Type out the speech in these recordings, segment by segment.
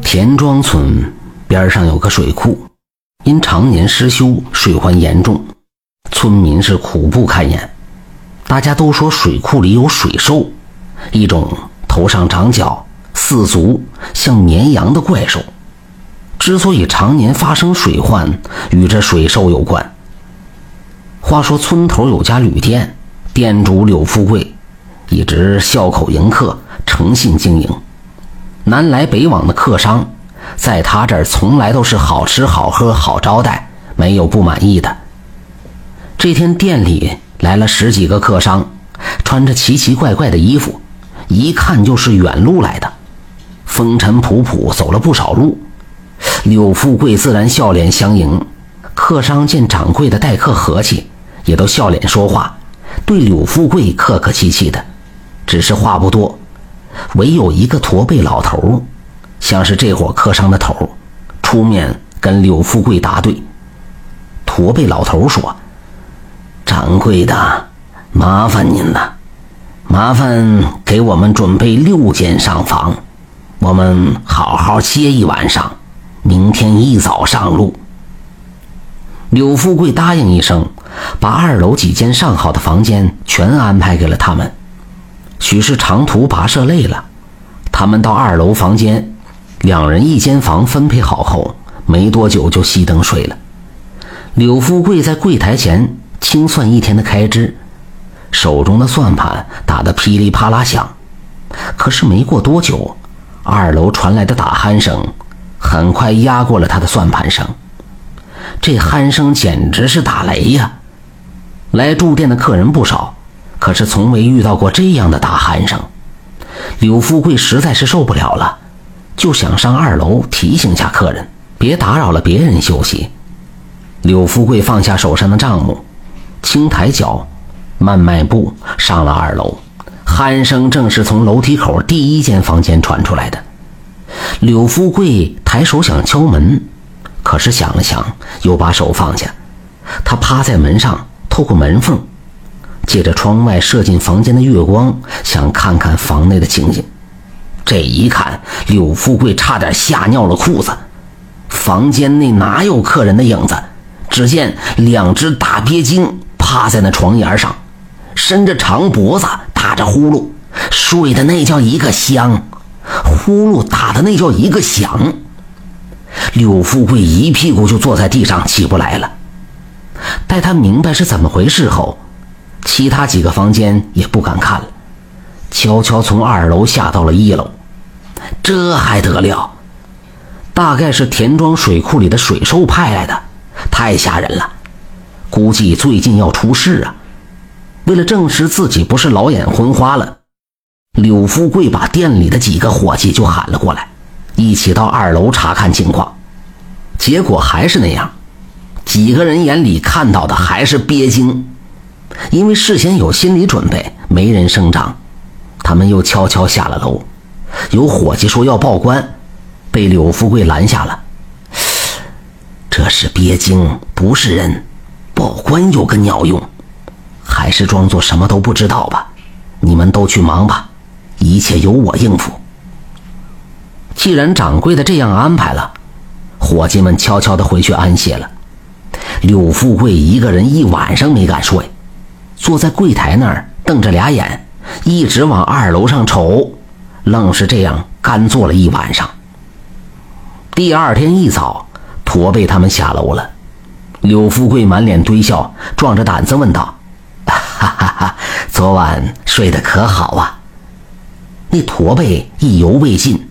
田庄村边上有个水库，因常年失修，水患严重，村民是苦不堪言。大家都说水库里有水兽，一种头上长角、四足像绵羊的怪兽。之所以常年发生水患，与这水兽有关。话说村头有家旅店，店主柳富贵一直笑口迎客，诚信经营。南来北往的客商在他这儿从来都是好吃好喝好招待，没有不满意的。这天店里来了10几个客商，穿着奇奇怪怪的衣服，一看就是远路来的，风尘仆仆走了不少路。柳富贵自然笑脸相迎，客商见掌柜的待客和气，也都笑脸说话，对柳富贵客客气气的，只是话不多。唯有一个驼背老头，像是这伙客商的头，出面跟柳富贵答对。驼背老头说：掌柜的，麻烦您了，麻烦给我们准备6间上房，我们好好歇一晚上，明天一早上路。柳富贵答应一声，把2楼几间上好的房间全安排给了他们。许是长途跋涉累了，他们到2楼房间，2人1间房分配好后，没多久就熄灯睡了。柳富贵在柜台前清算一天的开支，手中的算盘打得噼里啪啦响。可是没过多久，2楼传来的打鼾声很快压过了他的算盘声。这鼾声简直是打雷呀！来住店的客人不少，可是从未遇到过这样的打鼾声。柳富贵实在是受不了了，就想上2楼提醒下客人，别打扰了别人休息。柳富贵放下手上的账目，轻抬脚，慢迈步上了2楼。鼾声正是从楼梯口第1间房间传出来的。柳富贵抬手想敲门，可是想了想，又把手放下。他趴在门上，透过门缝，借着窗外射进房间的月光，想看看房内的情形。这一看，柳富贵差点吓尿了裤子。房间内哪有客人的影子？只见2只大鳖精趴在那床沿上，伸着长脖子，打着呼噜，睡的那叫一个香，呼噜打的那叫一个响。柳富贵一屁股就坐在地上，起不来了。待他明白是怎么回事后，其他几个房间也不敢看了，悄悄从2楼下到了1楼。这还得了？大概是田庄水库里的水兽派来的，太吓人了，估计最近要出事啊！为了证实自己不是老眼昏花了，柳富贵把店里的几个伙计就喊了过来，一起到2楼查看情况。结果还是那样，几个人眼里看到的还是鳖精。因为事先有心理准备，没人声张，他们又悄悄下了楼。有伙计说要报官，被柳富贵拦下了。这是鳖精，不是人，报官有个鸟用，还是装作什么都不知道吧。你们都去忙吧，一切由我应付。既然掌柜的这样安排了，伙计们悄悄地回去安歇了。柳富贵一个人一晚上没敢睡，坐在柜台那儿瞪着俩眼，一直往2楼上瞅，愣是这样干坐了一晚上。第2天一早，驼背他们下楼了。柳富贵满脸堆笑，壮着胆子问道：哈哈哈，昨晚睡得可好啊？那驼背意犹未尽，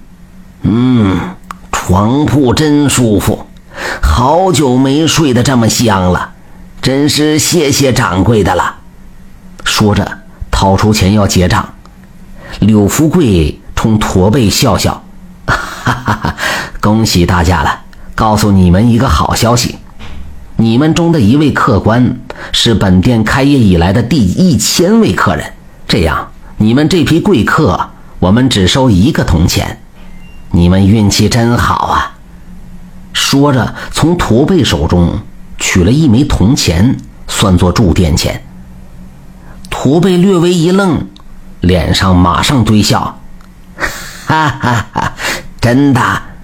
床铺真舒服，好久没睡得这么香了，真是谢谢掌柜的了。说着掏出钱要结账。柳富贵冲驼背笑笑：哈哈哈，恭喜大家了，告诉你们一个好消息，你们中的一位客官是本店开业以来的第1000位客人，这样你们这批贵客我们只收1个铜钱，你们运气真好啊。说着从驼背手中取了1枚铜钱，算作住店钱。驼背略微一愣，脸上马上堆笑：哈哈哈，真的，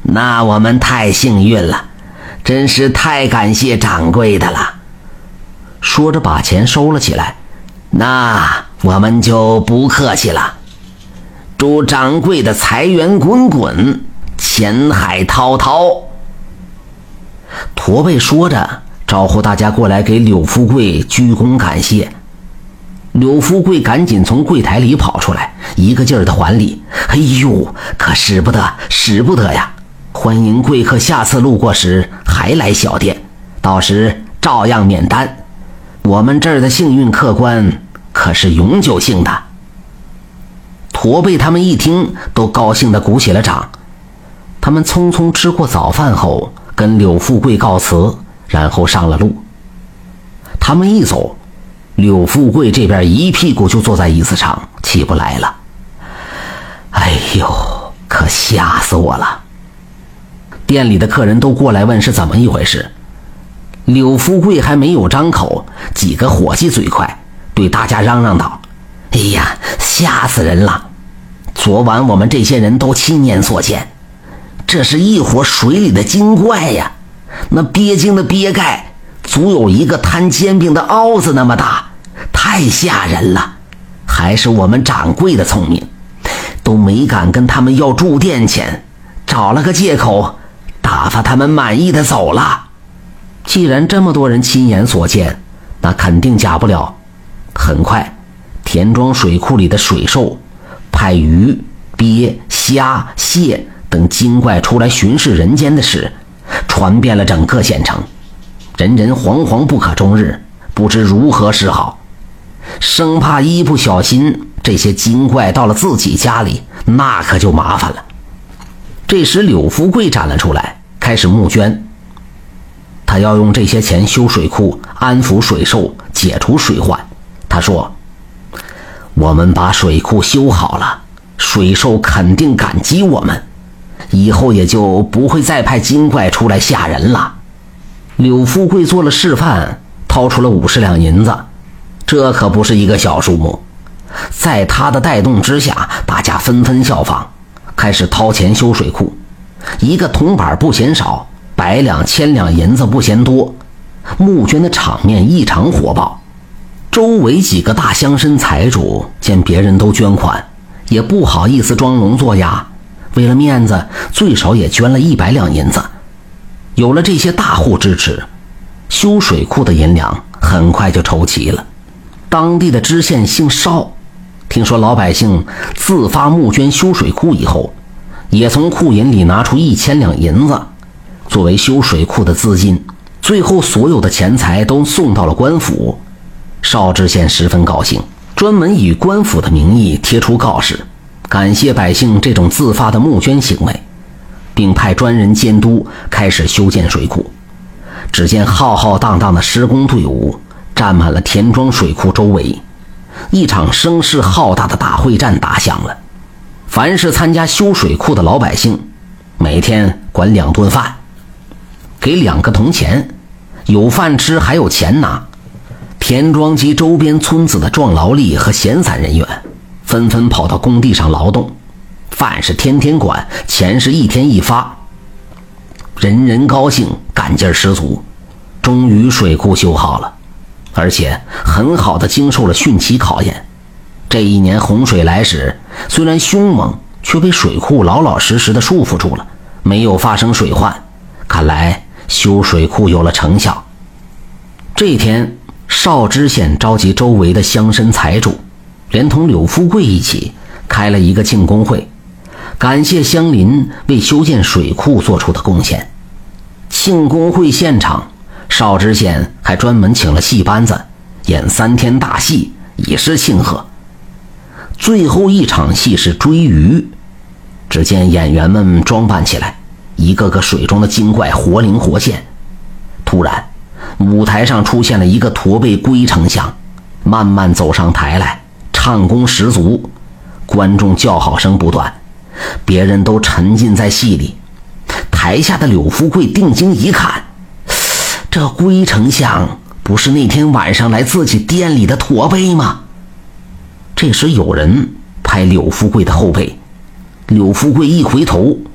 那我们太幸运了，真是太感谢掌柜的了。说着把钱收了起来。那我们就不客气了，祝掌柜的财源滚滚，钱海滔滔。驼背说着招呼大家过来给柳富贵鞠躬感谢。柳富贵赶紧从柜台里跑出来，一个劲儿的还礼。哎呦，可使不得，使不得呀！欢迎贵客下次路过时还来小店，到时照样免单。我们这儿的幸运客官可是永久性的。驼背他们一听都高兴地鼓起了掌。他们匆匆吃过早饭后跟柳富贵告辞，然后上了路。他们一走，柳富贵这边一屁股就坐在椅子上起不来了。哎呦，可吓死我了。店里的客人都过来问是怎么一回事。柳富贵还没有张口，几个伙计嘴快，对大家嚷嚷道：哎呀，吓死人了！昨晚我们这些人都亲眼所见，这是一伙水里的精怪呀！那鳖精的鳖盖足有一个摊煎饼的凹子那么大，太吓人了。还是我们掌柜的聪明，都没敢跟他们要住店钱，找了个借口打发他们满意的走了。既然这么多人亲眼所见，那肯定假不了。很快，田庄水库里的水兽派鱼、鳖、虾、蟹等精怪出来巡视人间的事传遍了整个县城，人人惶惶不可终日，不知如何是好，生怕一不小心这些精怪到了自己家里，那可就麻烦了。这时柳富贵站了出来，开始募捐。他要用这些钱修水库，安抚水兽，解除水患。他说：我们把水库修好了，水兽肯定感激我们，以后也就不会再派精怪出来吓人了。柳富贵做了示范，掏出了50两银子，这可不是一个小数目。在他的带动之下，大家纷纷效仿，开始掏钱修水库。一个铜板不嫌少，100两、1000两银子不嫌多，募捐的场面异常火爆。周围几个大乡绅财主见别人都捐款，也不好意思装聋作哑，为了面子，最少也捐了100两银子。有了这些大户支持，修水库的银两很快就筹齐了。当地的知县姓邵，听说老百姓自发募捐修水库以后，也从库银里拿出1000两银子作为修水库的资金，最后所有的钱财都送到了官府。邵知县十分高兴，专门以官府的名义贴出告示，感谢百姓这种自发的募捐行为，并派专人监督，开始修建水库。只见浩浩荡荡的施工队伍占满了田庄水库周围，一场声势浩大的大会战打响了。凡是参加修水库的老百姓，每天管2顿饭，给2个铜钱，有饭吃还有钱拿。田庄及周边村子的壮劳力和闲散人员纷纷跑到工地上劳动，饭是天天管，钱是一天一发，人人高兴，干劲十足。终于水库修好了，而且很好的经受了汛期考验。这一年洪水来时，虽然凶猛，却被水库老老实实的束缚住了，没有发生水患。看来修水库有了成效。这天，邵知县召集周围的乡绅财主，连同柳富贵一起开了一个庆功会，感谢乡邻为修建水库做出的贡献。庆功会现场，邵知县还专门请了戏班子演3天大戏，以示庆贺。最后一场戏是追鱼，只见演员们装扮起来，一个个水中的精怪活灵活现。突然舞台上出现了一个驼背龟丞相，慢慢走上台来，唱功十足，观众叫好声不断，别人都沉浸在戏里。台下的柳富贵定睛一看，这龟丞相不是那天晚上来自己店里的驼背吗？这时有人拍柳富贵的后背，柳富贵一回头，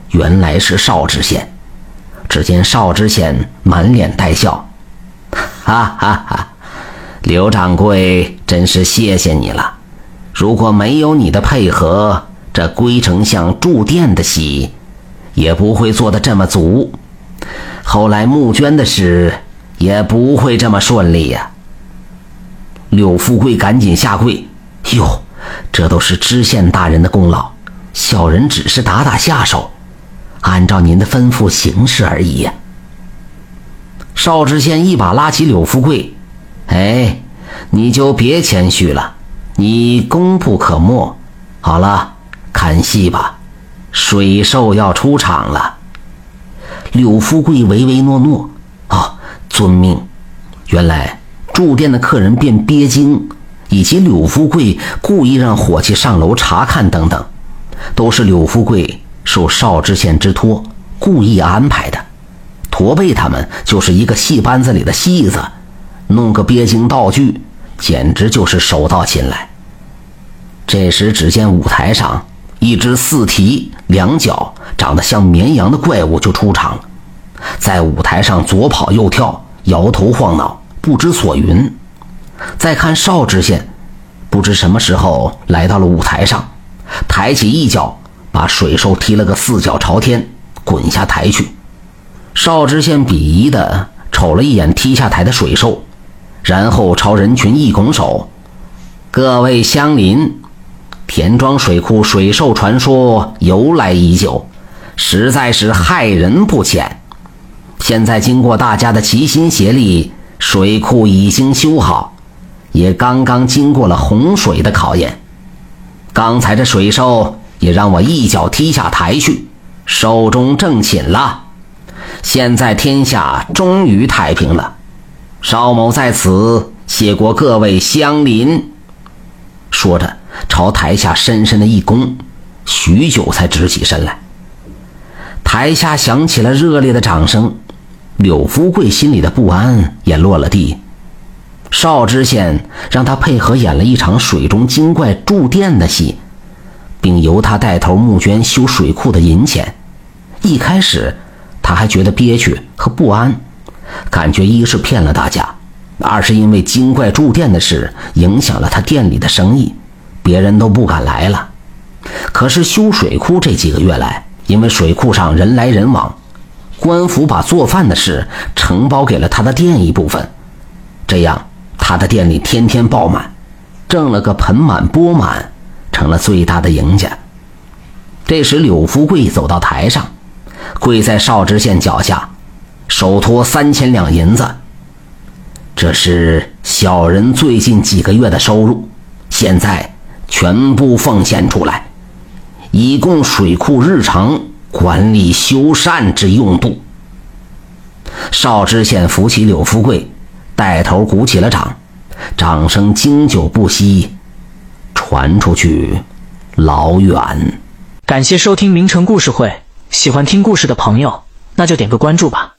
原来是邵知县。只见邵知县满脸带笑，哈哈哈，刘掌柜真是谢谢你了，如果没有你的配合，这龟丞相住店的戏也不会做得这么足，后来募捐的事也不会这么顺利呀。柳富贵赶紧下跪，哟，这都是知县大人的功劳，小人只是打打下手，按照您的吩咐行事而已呀。邵知县一把拉起柳富贵，哎，你就别谦虚了，你功不可没。好了，看戏吧，水兽要出场了。柳富贵唯唯诺诺，遵命。原来住店的客人便鳖精，以及柳富贵故意让伙计上楼查看等等，都是柳富贵受邵知县之托故意安排的。驼背他们就是一个戏班子里的戏子，弄个鳖精道具，简直就是手到擒来。这时只见舞台上一只4蹄2脚长得像绵羊的怪物就出场了，在舞台上左跑右跳，摇头晃脑，不知所云。再看邵知县，不知什么时候来到了舞台上，抬起一脚把水兽踢了个4脚朝天，滚下台去。邵知县鄙夷地瞅了一眼踢下台的水兽，然后朝人群一拱手，各位乡邻，田庄水库水兽传说由来已久，实在是害人不浅。现在经过大家的齐心协力，水库已经修好，也刚刚经过了洪水的考验。刚才这水兽也让我一脚踢下台去，寿终正寝了。现在天下终于太平了，邵某在此谢过各位乡邻。说着朝台下深深的一躬，许久才直起身来。台下响起了热烈的掌声，柳富贵心里的不安也落了地。邵知县让他配合演了一场水中精怪住店的戏，并由他带头募捐修水库的银钱。一开始他还觉得憋屈和不安，感觉一是骗了大家，二是因为精怪住店的事影响了他店里的生意，别人都不敢来了。可是修水库这几个月来，因为水库上人来人往，官府把做饭的事承包给了他的店一部分，这样他的店里天天爆满，挣了个盆满钵满，成了最大的赢家。这时柳富贵走到台上，跪在邵知县脚下，手托3000两银子，这是小人最近几个月的收入，现在全部奉献出来，以供水库日常管理修缮之用度。邵知县扶起柳富贵，带头鼓起了掌，掌声经久不息，传出去老远。 感谢收听名城故事会，喜欢听故事的朋友，那就点个关注吧。